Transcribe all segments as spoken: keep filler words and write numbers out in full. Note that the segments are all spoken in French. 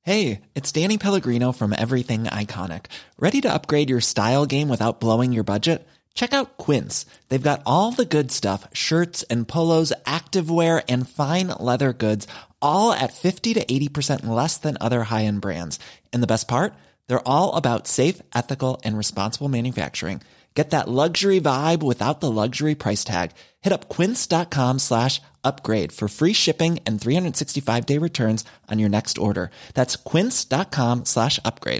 Hey, it's Danny Pellegrino from Everything Iconic. Ready to upgrade your style game without blowing your budget? Check out Quince. They've got all the good stuff, shirts and polos, activewear, and fine leather goods, all at fifty to eighty percent less than other high-end brands. And the best part? They're all about safe, ethical, and responsible manufacturing. Get that luxury vibe without the luxury price tag. Hit up quince.com slash upgrade for free shipping and three sixty-five day returns on your next order. That's quince.com slash upgrade.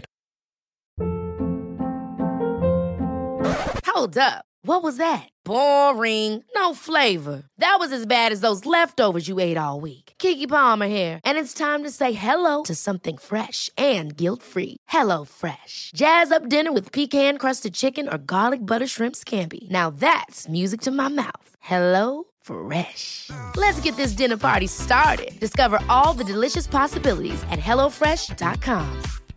Hold up. What was that? Boring. No flavor. That was as bad as those leftovers you ate all week. Keke Palmer here, and it's time to say hello to something fresh and guilt-free. Hello Fresh. Jazz up dinner with pecan-crusted chicken or garlic butter shrimp scampi. Now that's music to my mouth. Hello Fresh. Let's get this dinner party started. Discover all the delicious possibilities at hello fresh dot com.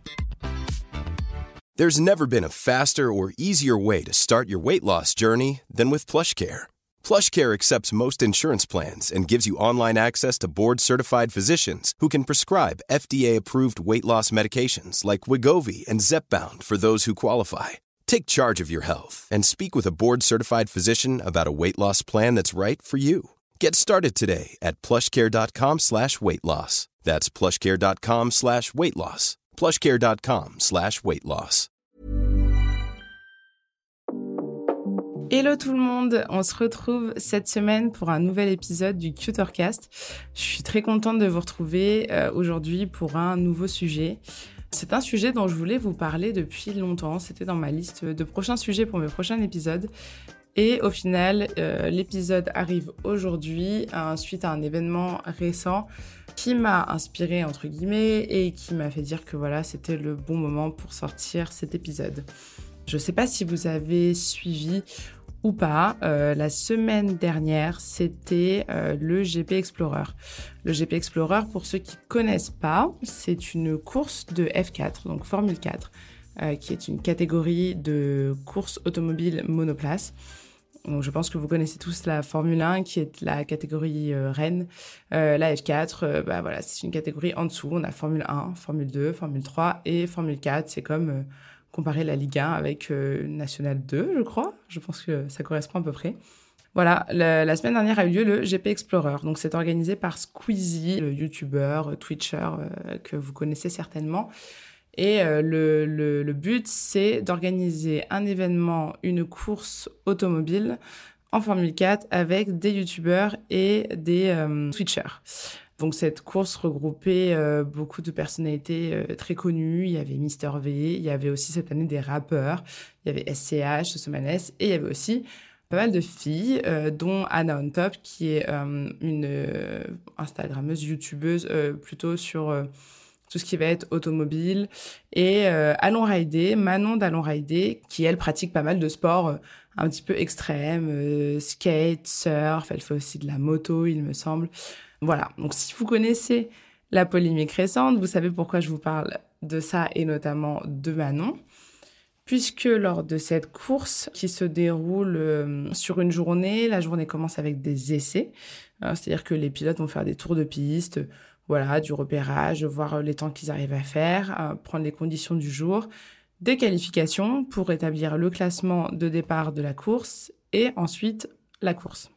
There's never been a faster or easier way to start your weight loss journey than with PlushCare. PlushCare accepts most insurance plans and gives you online access to board-certified physicians who can prescribe F D A-approved weight loss medications like Wegovy and Zepbound for those who qualify. Take charge of your health and speak with a board-certified physician about a weight loss plan that's right for you. Get started today at plushcare.com slash weight loss. That's plushcare.com slash weight loss. plushcare.com slash weight loss. Hello tout le monde, on se retrouve cette semaine pour un nouvel épisode du Tutorcast. Je suis très contente de vous retrouver euh, aujourd'hui pour un nouveau sujet. C'est un sujet dont je voulais vous parler depuis longtemps, c'était dans ma liste de prochains sujets pour mes prochains épisodes. Et au final, euh, l'épisode arrive aujourd'hui euh, suite à un événement récent qui m'a inspiré entre guillemets et qui m'a fait dire que voilà, c'était le bon moment pour sortir cet épisode. Je ne sais pas si vous avez suivi ou pas, euh, la semaine dernière, c'était euh, le G P Explorer. Le G P Explorer, pour ceux qui ne connaissent pas, c'est une course de F quatre, donc Formule quatre, euh, qui est une catégorie de course automobile monoplace. Donc, je pense que vous connaissez tous la Formule un, qui est la catégorie euh, reine. Euh, la F quatre, euh, bah, voilà, c'est une catégorie en dessous. On a Formule un, Formule deux, Formule trois et Formule quatre. C'est comme... Euh, comparer la Ligue un avec euh, National deux, je crois. Je pense que ça correspond à peu près. Voilà, la, la semaine dernière a eu lieu le G P Explorer. Donc, c'est organisé par Squeezie, le youtubeur, twitcher euh, que vous connaissez certainement. Et euh, le, le, le but, c'est d'organiser un événement, une course automobile en Formule quatre avec des youtubeurs et des euh, twitchers. Donc, cette course regroupait euh, beaucoup de personnalités euh, très connues. Il y avait Mister V, il y avait aussi cette année des rappeurs, il y avait S C H, Sosomanes, et il y avait aussi pas mal de filles, euh, dont Anna On Top, qui est euh, une euh, Instagrammeuse, YouTubeuse, euh, plutôt sur euh, tout ce qui va être automobile. Et euh, Allons Rider, Manon d'Allons Rider, qui, elle, pratique pas mal de sports euh, un petit peu extrêmes, euh, skate, surf, elle fait aussi de la moto, il me semble. Voilà, donc si vous connaissez la polémique récente, vous savez pourquoi je vous parle de ça et notamment de Manon, puisque lors de cette course qui se déroule euh, sur une journée, la journée commence avec des essais, euh, c'est-à-dire que les pilotes vont faire des tours de piste, voilà, du repérage, voir les temps qu'ils arrivent à faire, euh, prendre les conditions du jour, des qualifications pour établir le classement de départ de la course et ensuite la course.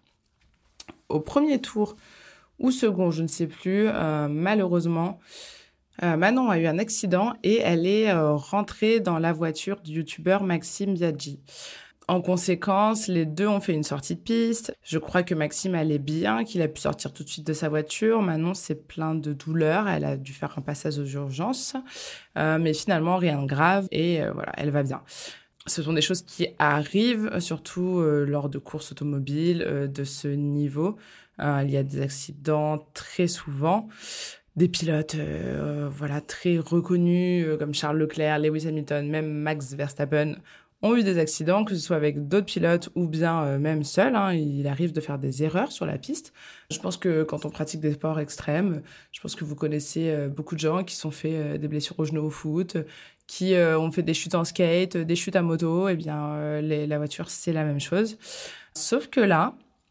Au premier tour, ou second, je ne sais plus, euh, malheureusement, euh, Manon a eu un accident et elle est euh, rentrée dans la voiture du youtubeur Maxime Biaggi. En conséquence, les deux ont fait une sortie de piste. Je crois que Maxime allait bien, qu'il a pu sortir tout de suite de sa voiture. Manon s'est plainte de douleur, elle a dû faire un passage aux urgences, euh, mais finalement rien de grave et euh, voilà, elle va bien. Ce sont des choses qui arrivent, surtout euh, lors de courses automobiles euh, de ce niveau. Euh, il y a des accidents très souvent. Des pilotes euh, voilà, très reconnus euh, comme Charles Leclerc, Lewis Hamilton, même Max Verstappen ont eu des accidents, que ce soit avec d'autres pilotes ou bien euh, même seuls. Hein. Il arrive de faire des erreurs sur la piste. Je pense que quand on pratique des sports extrêmes, je pense que vous connaissez euh, beaucoup de gens qui se sont fait euh, des blessures au genou au foot, qui euh, ont fait des chutes en skate, des chutes à moto. Eh bien, euh, les, la voiture, c'est la même chose. Sauf que là,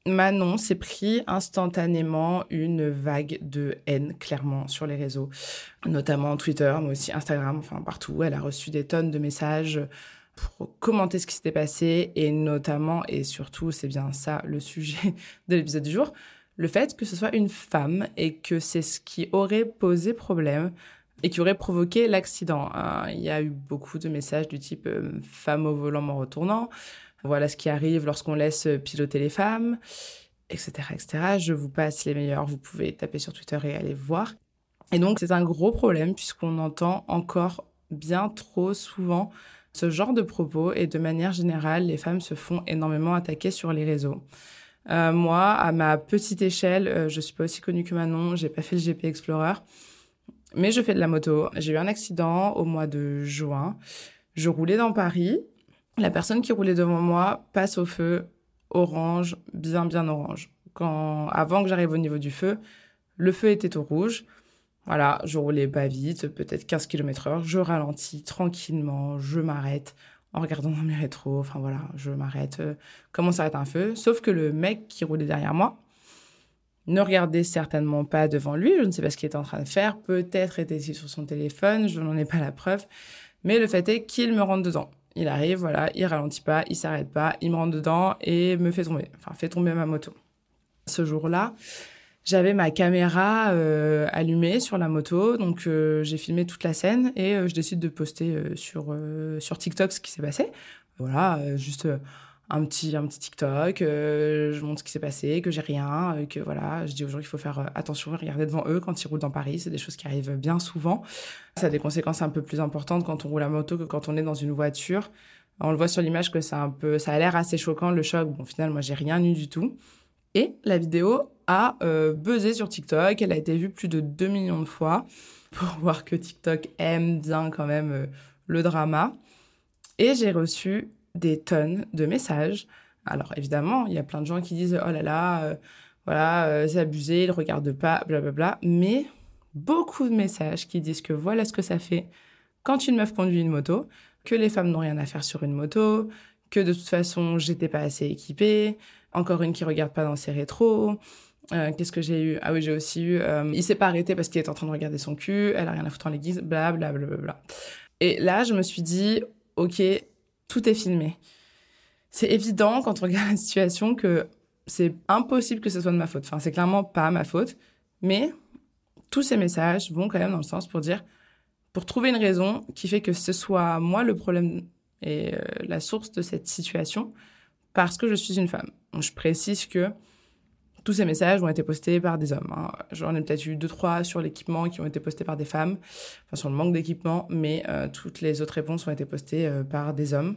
Manon s'est pris instantanément une vague de haine, clairement, sur les réseaux, notamment Twitter, mais aussi Instagram, enfin partout. Elle a reçu des tonnes de messages pour commenter ce qui s'était passé, et notamment, et surtout, c'est bien ça le sujet de l'épisode du jour, le fait que ce soit une femme et que c'est ce qui aurait posé problème et qui aurait provoqué l'accident. Hein. Il y a eu beaucoup de messages du type euh, « femme au volant m'en retournant », voilà ce qui arrive lorsqu'on laisse piloter les femmes, et cetera, et cetera. Je vous passe les meilleurs, vous pouvez taper sur Twitter et aller voir. Et donc, c'est un gros problème puisqu'on entend encore bien trop souvent ce genre de propos et de manière générale, les femmes se font énormément attaquer sur les réseaux. Euh, moi, à ma petite échelle, euh, je suis pas aussi connue que Manon, j'ai pas fait le G P Explorer, mais je fais de la moto. J'ai eu un accident au mois de juin. Je roulais dans Paris. La personne qui roulait devant moi passe au feu orange, bien, bien orange. Quand, avant que j'arrive au niveau du feu, le feu était au rouge. Voilà, je roulais pas vite, peut-être quinze kilomètres heure. Je ralentis tranquillement, je m'arrête en regardant dans mes rétros. Enfin voilà, je m'arrête euh, comme on s'arrête un feu. Sauf que le mec qui roulait derrière moi ne regardait certainement pas devant lui. Je ne sais pas ce qu'il était en train de faire. Peut-être était-il sur son téléphone, je n'en ai pas la preuve. Mais le fait est qu'il me rentre dedans. Il arrive, voilà, il ralentit pas, il s'arrête pas, il me rentre dedans et me fait tomber, enfin fait tomber ma moto. Ce jour-là, j'avais ma caméra euh, allumée sur la moto, donc euh, j'ai filmé toute la scène et euh, je décide de poster euh, sur euh, sur TikTok ce qui s'est passé. Voilà, euh, juste euh, un petit un petit TikTok, euh, je montre ce qui s'est passé, que j'ai rien, euh, que voilà, je dis aux gens qu'il faut faire euh, attention, regarder devant eux quand ils roulent dans Paris, c'est des choses qui arrivent bien souvent. Ça a des conséquences un peu plus importantes quand on roule à moto que quand on est dans une voiture. On le voit sur l'image que c'est un peu, ça a l'air assez choquant le choc. Bon, au final, moi, j'ai rien eu du tout. Et la vidéo a euh, buzzé sur TikTok. Elle a été vue plus de deux millions de fois pour voir que TikTok aime bien quand même euh, le drama. Et j'ai reçu des tonnes de messages. Alors évidemment, il y a plein de gens qui disent « Oh là là, euh, voilà, euh, c'est abusé, il ne regarde pas, blablabla. » Mais beaucoup de messages qui disent que voilà ce que ça fait quand une meuf conduit une moto, que les femmes n'ont rien à faire sur une moto, que de toute façon, j'étais pas assez équipée, encore une qui regarde pas dans ses rétros. Euh, qu'est-ce que j'ai eu ? Ah oui, j'ai aussi eu... Euh, il s'est pas arrêté parce qu'il était en train de regarder son cul, elle a rien à foutre en l'église, blablabla. Bla, bla, bla. Et là, je me suis dit, ok, tout est filmé. C'est évident quand on regarde la situation que c'est impossible que ce soit de ma faute. Enfin, c'est clairement pas ma faute, mais tous ces messages vont quand même dans le sens pour dire, pour trouver une raison qui fait que ce soit moi le problème et euh, la source de cette situation, parce que je suis une femme. Donc, je précise que tous ces messages ont été postés par des hommes. Hein. J'en ai peut-être eu deux, trois sur l'équipement qui ont été postés par des femmes, enfin sur le manque d'équipement, mais euh, toutes les autres réponses ont été postées euh, par des hommes.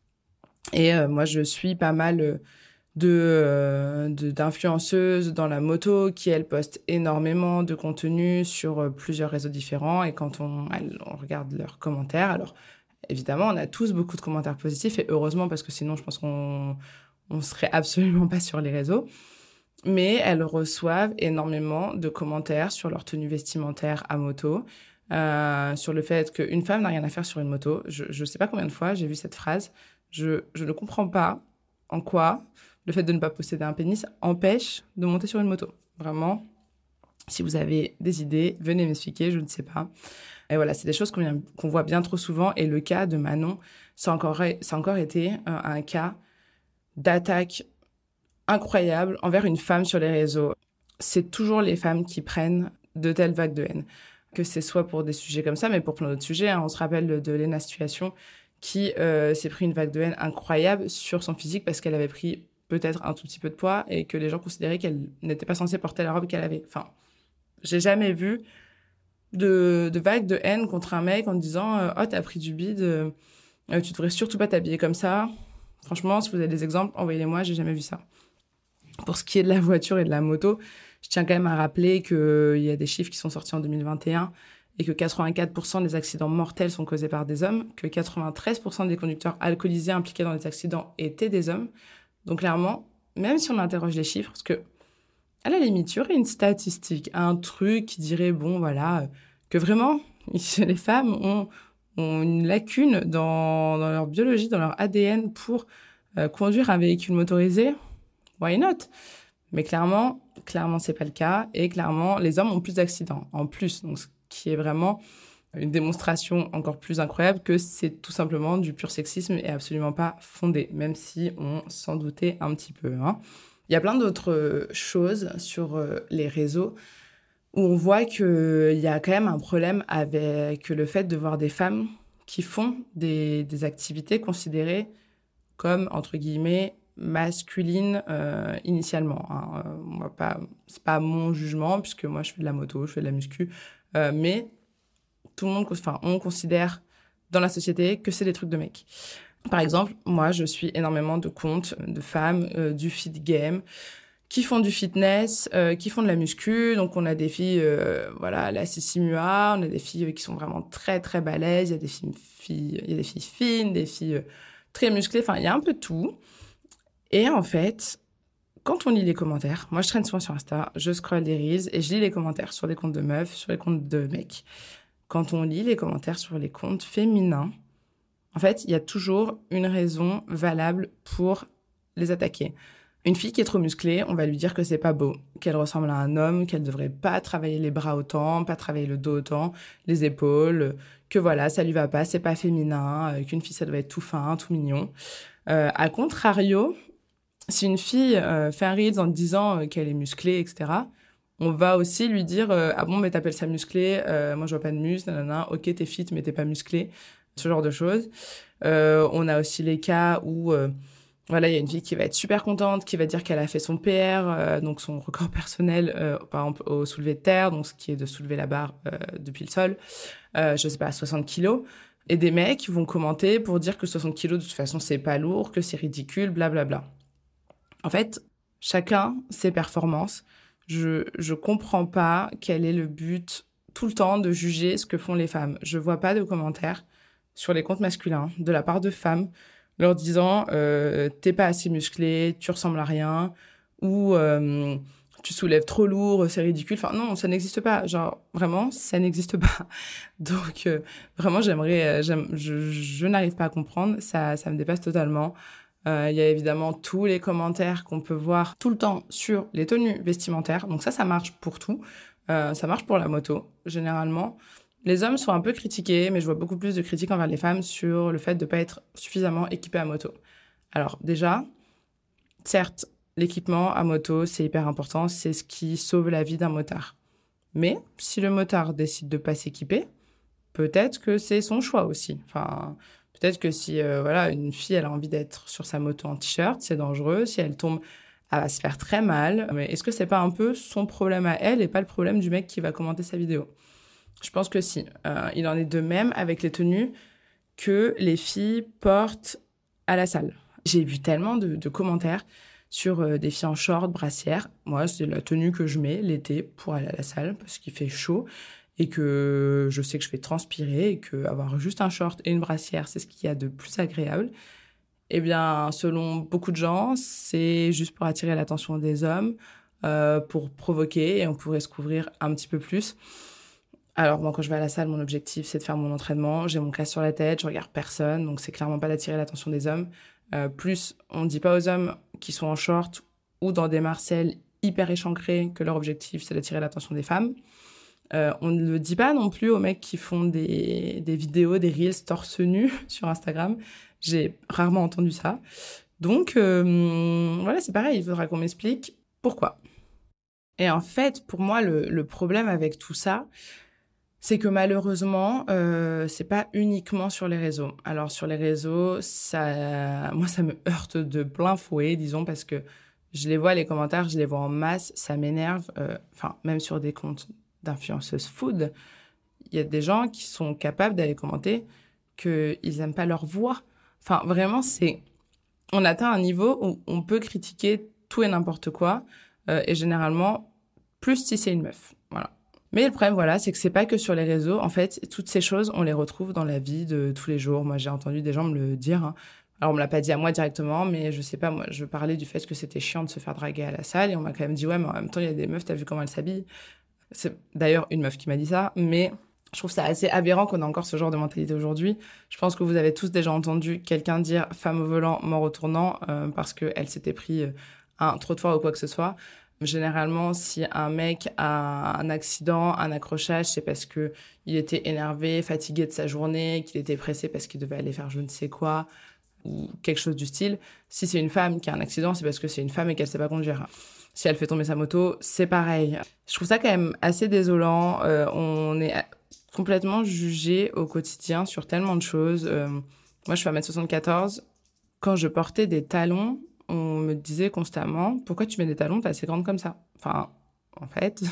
Et euh, moi, je suis pas mal euh, de, euh, de, d'influenceuses dans la moto qui, elles, postent énormément de contenu sur euh, plusieurs réseaux différents. Et quand on, elles, on regarde leurs commentaires, alors évidemment, on a tous beaucoup de commentaires positifs, et heureusement, parce que sinon, je pense qu'on on serait absolument pas sur les réseaux. Mais elles reçoivent énormément de commentaires sur leur tenue vestimentaire à moto, euh, sur le fait qu'une femme n'a rien à faire sur une moto. Je ne sais pas combien de fois j'ai vu cette phrase. Je, je ne comprends pas en quoi le fait de ne pas posséder un pénis empêche de monter sur une moto. Vraiment, si vous avez des idées, venez m'expliquer, je ne sais pas. Et voilà, c'est des choses qu'on, vient, qu'on voit bien trop souvent. Et le cas de Manon, ça a encore, ça a encore été un, un cas d'attaque incroyable envers une femme sur les réseaux. C'est toujours les femmes qui prennent de telles vagues de haine. Que c'est soit pour des sujets comme ça, mais pour plein d'autres sujets. Hein. On se rappelle de, de Lena Situation qui euh, s'est pris une vague de haine incroyable sur son physique parce qu'elle avait pris peut-être un tout petit peu de poids et que les gens considéraient qu'elle n'était pas censée porter la robe qu'elle avait. Enfin, j'ai jamais vu de, de vague de haine contre un mec en disant euh, « Oh, t'as pris du bide, euh, tu devrais surtout pas t'habiller comme ça. » Franchement, si vous avez des exemples, envoyez-les-moi, j'ai jamais vu ça. Pour ce qui est de la voiture et de la moto, je tiens quand même à rappeler qu'il y a des chiffres qui sont sortis en deux mille vingt et un et que quatre-vingt-quatre pour cent des accidents mortels sont causés par des hommes, que quatre-vingt-treize pour cent des conducteurs alcoolisés impliqués dans les accidents étaient des hommes. Donc clairement, même si on interroge les chiffres, parce que à la limite, il y aurait une statistique, un truc qui dirait, bon, voilà, que vraiment, les femmes ont, ont une lacune dans, dans leur biologie, dans leur A D N pour euh, conduire un véhicule motorisé. why not? Mais clairement, clairement, c'est pas le cas. Et clairement, les hommes ont plus d'accidents en plus. Donc, ce qui est vraiment une démonstration encore plus incroyable que c'est tout simplement du pur sexisme et absolument pas fondé, même si on s'en doutait un petit peu. Hein. Il y a plein d'autres choses sur les réseaux où on voit qu'il y a quand même un problème avec le fait de voir des femmes qui font des, des activités considérées comme, entre guillemets, masculines euh, initialement. Hein. Euh, on va pas, c'est pas mon jugement, puisque moi, je fais de la moto, je fais de la muscu, euh, mais tout le monde, enfin, on considère dans la société que c'est des trucs de mecs. Par exemple, moi, je suis énormément de comptes de femmes euh, du fit game qui font du fitness, euh, qui font de la muscu. Donc, on a des filles, euh, voilà, la Cécile Mua, on a des filles qui sont vraiment très, très balèzes. Il y a des filles, filles, il y a des filles fines, des filles euh, très musclées. Enfin, il y a un peu de tout. Et en fait, quand on lit les commentaires, moi, je traîne souvent sur Insta, je scrolle des reels et je lis les commentaires sur les comptes de meufs, sur les comptes de mecs. Quand on lit les commentaires sur les comptes féminins, en fait, il y a toujours une raison valable pour les attaquer. Une fille qui est trop musclée, on va lui dire que c'est pas beau, qu'elle ressemble à un homme, qu'elle devrait pas travailler les bras autant, pas travailler le dos autant, les épaules, que voilà, ça lui va pas, c'est pas féminin, euh, qu'une fille, ça doit être tout fin, tout mignon. Euh, à contrario, si une fille euh, fait un reel en disant euh, qu'elle est musclée, et cetera, on va aussi lui dire euh, « Ah bon, mais t'appelles ça musclé, euh, moi je vois pas de muscles, nanana, ok, t'es fit, mais t'es pas musclé », ce genre de choses. Euh, on a aussi les cas où... Euh, Voilà, il y a une fille qui va être super contente, qui va dire qu'elle a fait son P R, euh, donc son record personnel, euh, par exemple au soulevé de terre, donc ce qui est de soulever la barre euh, depuis le sol, euh, je sais pas, soixante kilos. Et des mecs vont commenter pour dire que soixante kilos, de toute façon, c'est pas lourd, que c'est ridicule, blablabla. En fait, chacun ses performances. Je, je comprends pas quel est le but tout le temps de juger ce que font les femmes. Je vois pas de commentaires sur les comptes masculins de la part de femmes leur disant euh, « t'es pas assez musclé, tu ressembles à rien » ou euh, « tu soulèves trop lourd, c'est ridicule ». Enfin non, ça n'existe pas. Genre, vraiment, ça n'existe pas. Donc, euh, vraiment, j'aimerais... Euh, j'aime, je, je n'arrive pas à comprendre. Ça, ça me dépasse totalement. Il euh, y a évidemment tous les commentaires qu'on peut voir tout le temps sur les tenues vestimentaires. Donc ça, ça marche pour tout. Euh, ça marche pour la moto, généralement. Les hommes sont un peu critiqués, mais je vois beaucoup plus de critiques envers les femmes sur le fait de ne pas être suffisamment équipées à moto. Alors déjà, certes, l'équipement à moto, c'est hyper important, c'est ce qui sauve la vie d'un motard. Mais si le motard décide de ne pas s'équiper, peut-être que c'est son choix aussi. Enfin, peut-être que si euh, voilà, une fille elle a envie d'être sur sa moto en t-shirt, c'est dangereux. Si elle tombe, elle va se faire très mal. Mais est-ce que c'est pas un peu son problème à elle et pas le problème du mec qui va commenter sa vidéo ? Je pense que si. Euh, il en est de même avec les tenues que les filles portent à la salle. J'ai vu tellement de, de commentaires sur euh, des filles en short, brassière. Moi, c'est la tenue que je mets l'été pour aller à la salle parce qu'il fait chaud et que je sais que je vais transpirer et qu'avoir juste un short et une brassière, c'est ce qu'il y a de plus agréable. Eh bien, selon beaucoup de gens, c'est juste pour attirer l'attention des hommes, euh, pour provoquer et on pourrait se couvrir un petit peu plus. Alors, moi, quand je vais à la salle, mon objectif, c'est de faire mon entraînement. J'ai mon casque sur la tête, je regarde personne, donc c'est clairement pas d'attirer l'attention des hommes. Euh, plus, on ne dit pas aux hommes qui sont en short ou dans des marcelles hyper échancrées que leur objectif, c'est d'attirer l'attention des femmes. Euh, on ne le dit pas non plus aux mecs qui font des, des vidéos, des reels torse nu sur Instagram. J'ai rarement entendu ça. Donc, euh, voilà, c'est pareil, il faudra qu'on m'explique pourquoi. Et en fait, pour moi, le, le problème avec tout ça, c'est que malheureusement, euh, c'est pas uniquement sur les réseaux. Alors sur les réseaux, ça, moi ça me heurte de plein fouet, disons, parce que je les vois les commentaires, je les vois en masse, ça m'énerve. Enfin, euh, même sur des comptes d'influenceuses food, il y a des gens qui sont capables d'aller commenter qu'ils aiment pas leur voix. Enfin, vraiment, c'est, on atteint un niveau où on peut critiquer tout et n'importe quoi, euh, et généralement plus si c'est une meuf. Voilà. Mais le problème, voilà, c'est que c'est pas que sur les réseaux. En fait, toutes ces choses, on les retrouve dans la vie de tous les jours. Moi, j'ai entendu des gens me le dire. Hein. Alors, on me l'a pas dit à moi directement, mais je sais pas, moi, je parlais du fait que c'était chiant de se faire draguer à la salle et on m'a quand même dit, ouais, mais en même temps, il y a des meufs, t'as vu comment elles s'habillent? C'est d'ailleurs une meuf qui m'a dit ça, mais je trouve ça assez aberrant qu'on ait encore ce genre de mentalité aujourd'hui. Je pense que vous avez tous déjà entendu quelqu'un dire femme au volant, mort au tournant, euh, parce qu'elle s'était pris un trottoir ou quoi que ce soit. Généralement, si un mec a un accident, un accrochage, c'est parce que il était énervé, fatigué de sa journée, qu'il était pressé parce qu'il devait aller faire je ne sais quoi, ou quelque chose du style. Si c'est une femme qui a un accident, c'est parce que c'est une femme et qu'elle sait pas conduire. Si elle fait tomber sa moto, c'est pareil. Je trouve ça quand même assez désolant. Euh, on est complètement jugé au quotidien sur tellement de choses. Euh, moi, je fais un mètre soixante-quatorze. Quand je portais des talons, on me disait constamment « Pourquoi tu mets des talons? T'es assez grande comme ça. » Enfin, en fait,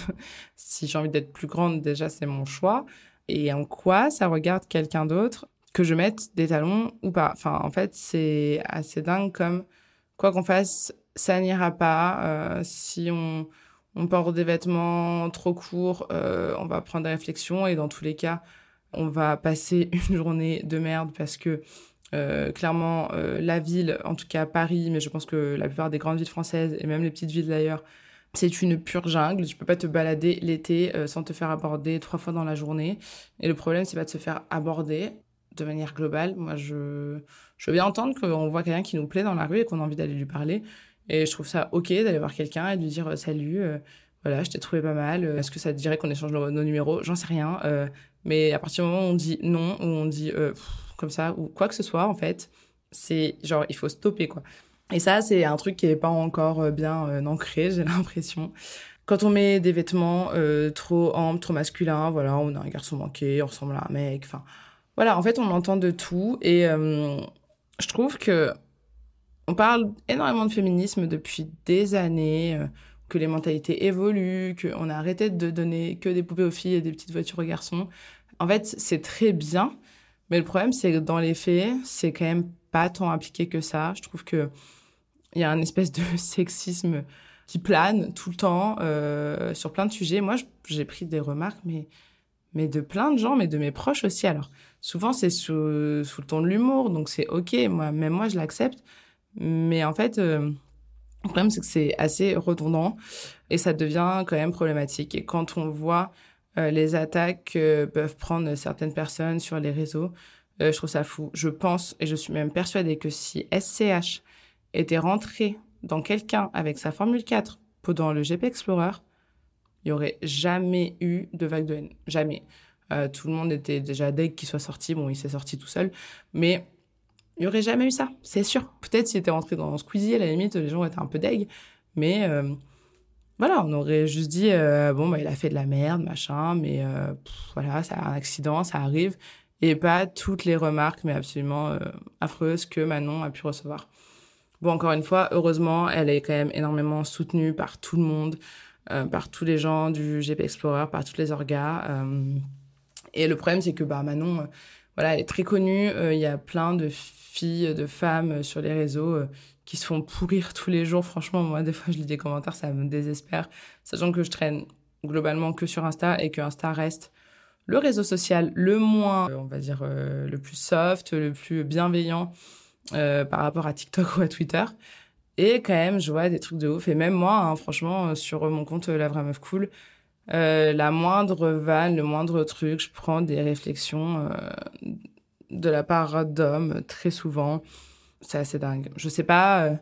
si j'ai envie d'être plus grande, déjà, c'est mon choix. Et en quoi ça regarde quelqu'un d'autre que je mette des talons ou pas? Enfin, en fait, c'est assez dingue comme quoi qu'on fasse, ça n'ira pas. Euh, si on, on porte des vêtements trop courts, euh, on va prendre des réflexions et dans tous les cas, on va passer une journée de merde parce que Euh, clairement, euh, la ville, en tout cas Paris, mais je pense que la plupart des grandes villes françaises et même les petites villes d'ailleurs, c'est une pure jungle. Tu peux pas te balader l'été euh, sans te faire aborder trois fois dans la journée. Et le problème, c'est pas de se faire aborder de manière globale. Moi, je, je veux bien entendre qu'on voit quelqu'un qui nous plaît dans la rue et qu'on a envie d'aller lui parler. Et je trouve ça ok d'aller voir quelqu'un et de lui dire euh, salut, euh, voilà, je t'ai trouvé pas mal. Est-ce que ça te dirait qu'on échange nos, nos numéros? J'en sais rien. Euh, mais à partir du moment où on dit non, où on dit euh, pff, comme ça, ou quoi que ce soit, en fait, c'est genre, il faut stopper, quoi. Et ça, c'est un truc qui est pas encore bien euh, ancré, j'ai l'impression. Quand on met des vêtements euh, trop amples, trop masculins, voilà, on a un garçon manqué, on ressemble à un mec, enfin... Voilà, en fait, on entend de tout, et euh, je trouve que on parle énormément de féminisme depuis des années, euh, que les mentalités évoluent, qu'on a arrêté de donner que des poupées aux filles et des petites voitures aux garçons. En fait, c'est très bien, mais le problème, c'est que dans les faits, c'est quand même pas tant appliqué que ça. Je trouve qu'il y a un espèce de sexisme qui plane tout le temps euh, sur plein de sujets. Moi, j'ai pris des remarques, mais, mais de plein de gens, mais de mes proches aussi. Alors, souvent, c'est sous, sous le ton de l'humour, donc c'est OK. Moi, même moi, je l'accepte. Mais en fait, euh, le problème, c'est que c'est assez redondant et ça devient quand même problématique. Et quand on voit... Euh, les attaques que peuvent prendre certaines personnes sur les réseaux, euh, je trouve ça fou. Je pense, et je suis même persuadée que si S C H était rentré dans quelqu'un avec sa Formule quatre pendant le G P Explorer, il n'y aurait jamais eu de vague de haine. Jamais. Euh, tout le monde était déjà deg qu'il soit sorti. Bon, il s'est sorti tout seul. Mais il n'y aurait jamais eu ça, c'est sûr. Peut-être s'il était rentré dans Squeezie, à la limite, les gens étaient un peu deg. Mais... Euh, Voilà, on aurait juste dit, euh, bon, bah, il a fait de la merde, machin, mais euh, pff, voilà, c'est un accident, ça arrive. Et pas toutes les remarques, mais absolument euh, affreuses que Manon a pu recevoir. Bon, encore une fois, heureusement, elle est quand même énormément soutenue par tout le monde, euh, par tous les gens du G P Explorer, par toutes les orgas. Euh, et le problème, c'est que bah, Manon, euh, voilà, elle est très connue. Il euh, y a plein de filles, de femmes euh, sur les réseaux euh, qui se font pourrir tous les jours. Franchement, moi, des fois, je lis des commentaires, ça me désespère. Sachant que je traîne globalement que sur Insta et que Insta reste le réseau social le moins, on va dire, euh, le plus soft, le plus bienveillant euh, par rapport à TikTok ou à Twitter. Et quand même, je vois des trucs de ouf. Et même moi, hein, franchement, sur mon compte La Vraie Meuf Cool, euh, la moindre vanne, le moindre truc, je prends des réflexions euh, de la part d'hommes, très souvent. C'est assez dingue. Je sais pas euh,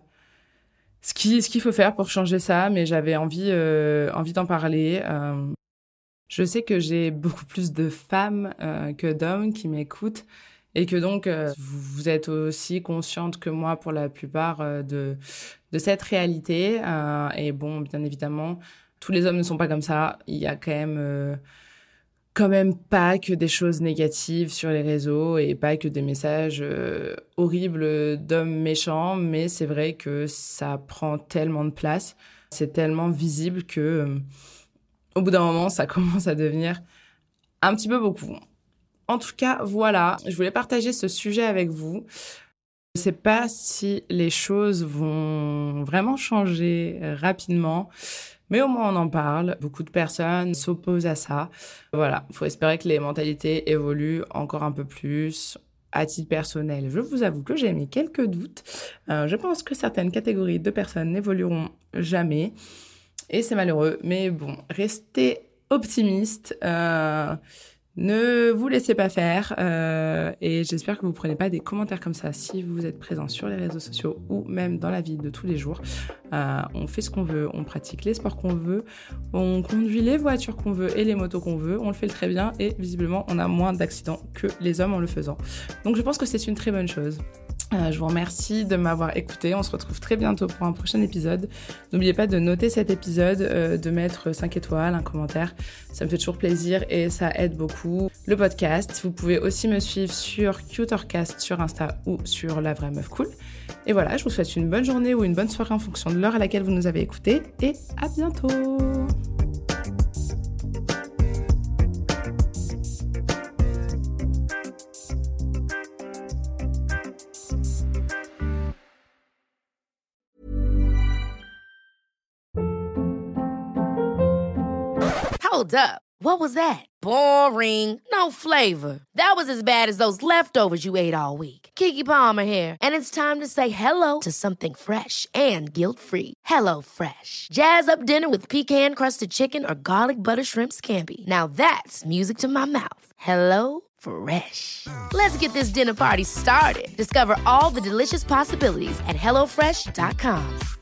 ce qu'il ce qu'il faut faire pour changer ça, mais j'avais envie, euh, envie d'en parler. Euh, je sais que j'ai beaucoup plus de femmes euh, que d'hommes qui m'écoutent et que donc euh, vous êtes aussi consciente que moi pour la plupart euh, de, de cette réalité. Euh, et bon, bien évidemment, tous les hommes ne sont pas comme ça. Il y a quand même... Euh, quand même pas que des choses négatives sur les réseaux et pas que des messages euh, horribles d'hommes méchants, mais c'est vrai que ça prend tellement de place, c'est tellement visible que euh, au bout d'un moment, ça commence à devenir un petit peu beaucoup. En tout cas, voilà, je voulais partager ce sujet avec vous. Je ne sais pas si les choses vont vraiment changer rapidement, mais au moins on en parle. Beaucoup de personnes s'opposent à ça. Voilà, il faut espérer que les mentalités évoluent encore un peu plus. À titre personnel, je vous avoue que j'ai mis quelques doutes. Euh, je pense que certaines catégories de personnes n'évolueront jamais. Et c'est malheureux, mais bon, restez optimiste. Euh, Ne vous laissez pas faire euh, et j'espère que vous prenez pas des commentaires comme ça si vous êtes présent sur les réseaux sociaux ou même dans la vie de tous les jours. Euh, on fait ce qu'on veut, on pratique les sports qu'on veut, on conduit les voitures qu'on veut et les motos qu'on veut, on le fait très bien et visiblement on a moins d'accidents que les hommes en le faisant. Donc je pense que c'est une très bonne chose. Euh, je vous remercie de m'avoir écouté. On se retrouve très bientôt pour un prochain épisode. N'oubliez pas de noter cet épisode, euh, de mettre cinq étoiles, un commentaire. Ça me fait toujours plaisir et ça aide beaucoup. Le podcast, vous pouvez aussi me suivre sur Cutercast sur Insta ou sur La Vraie Meuf Cool. Et voilà, je vous souhaite une bonne journée ou une bonne soirée en fonction de l'heure à laquelle vous nous avez écoutés. Et à bientôt! Hold up. What was that? Boring. No flavor. That was as bad as those leftovers you ate all week. Keke Palmer here, and it's time to say hello to something fresh and guilt-free. Hello Fresh. Jazz up dinner with pecan-crusted chicken or garlic butter shrimp scampi. Now that's music to my mouth. Hello Fresh. Let's get this dinner party started. Discover all the delicious possibilities at hello fresh dot com.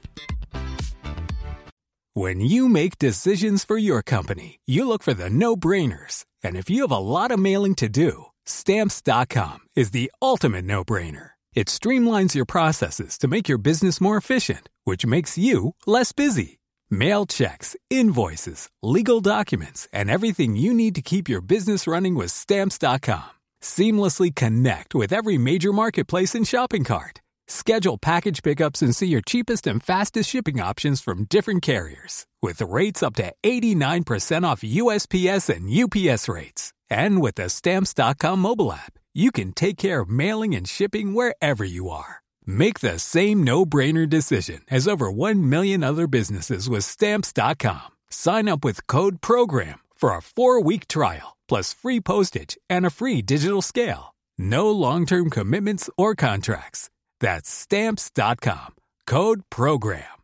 When you make decisions for your company, you look for the no-brainers. And if you have a lot of mailing to do, Stamps dot com is the ultimate no-brainer. It streamlines your processes to make your business more efficient, which makes you less busy. Mail checks, invoices, legal documents, and everything you need to keep your business running with Stamps dot com. Seamlessly connect with every major marketplace and shopping cart. Schedule package pickups and see your cheapest and fastest shipping options from different carriers. With rates up to eighty-nine percent off U S P S and U P S rates. And with the Stamps dot com mobile app, you can take care of mailing and shipping wherever you are. Make the same no-brainer decision as over one million other businesses with Stamps dot com. Sign up with code PROGRAM for a four-week trial, plus free postage and a free digital scale. No long-term commitments or contracts. That's Stamps dot com. Code PROGRAM.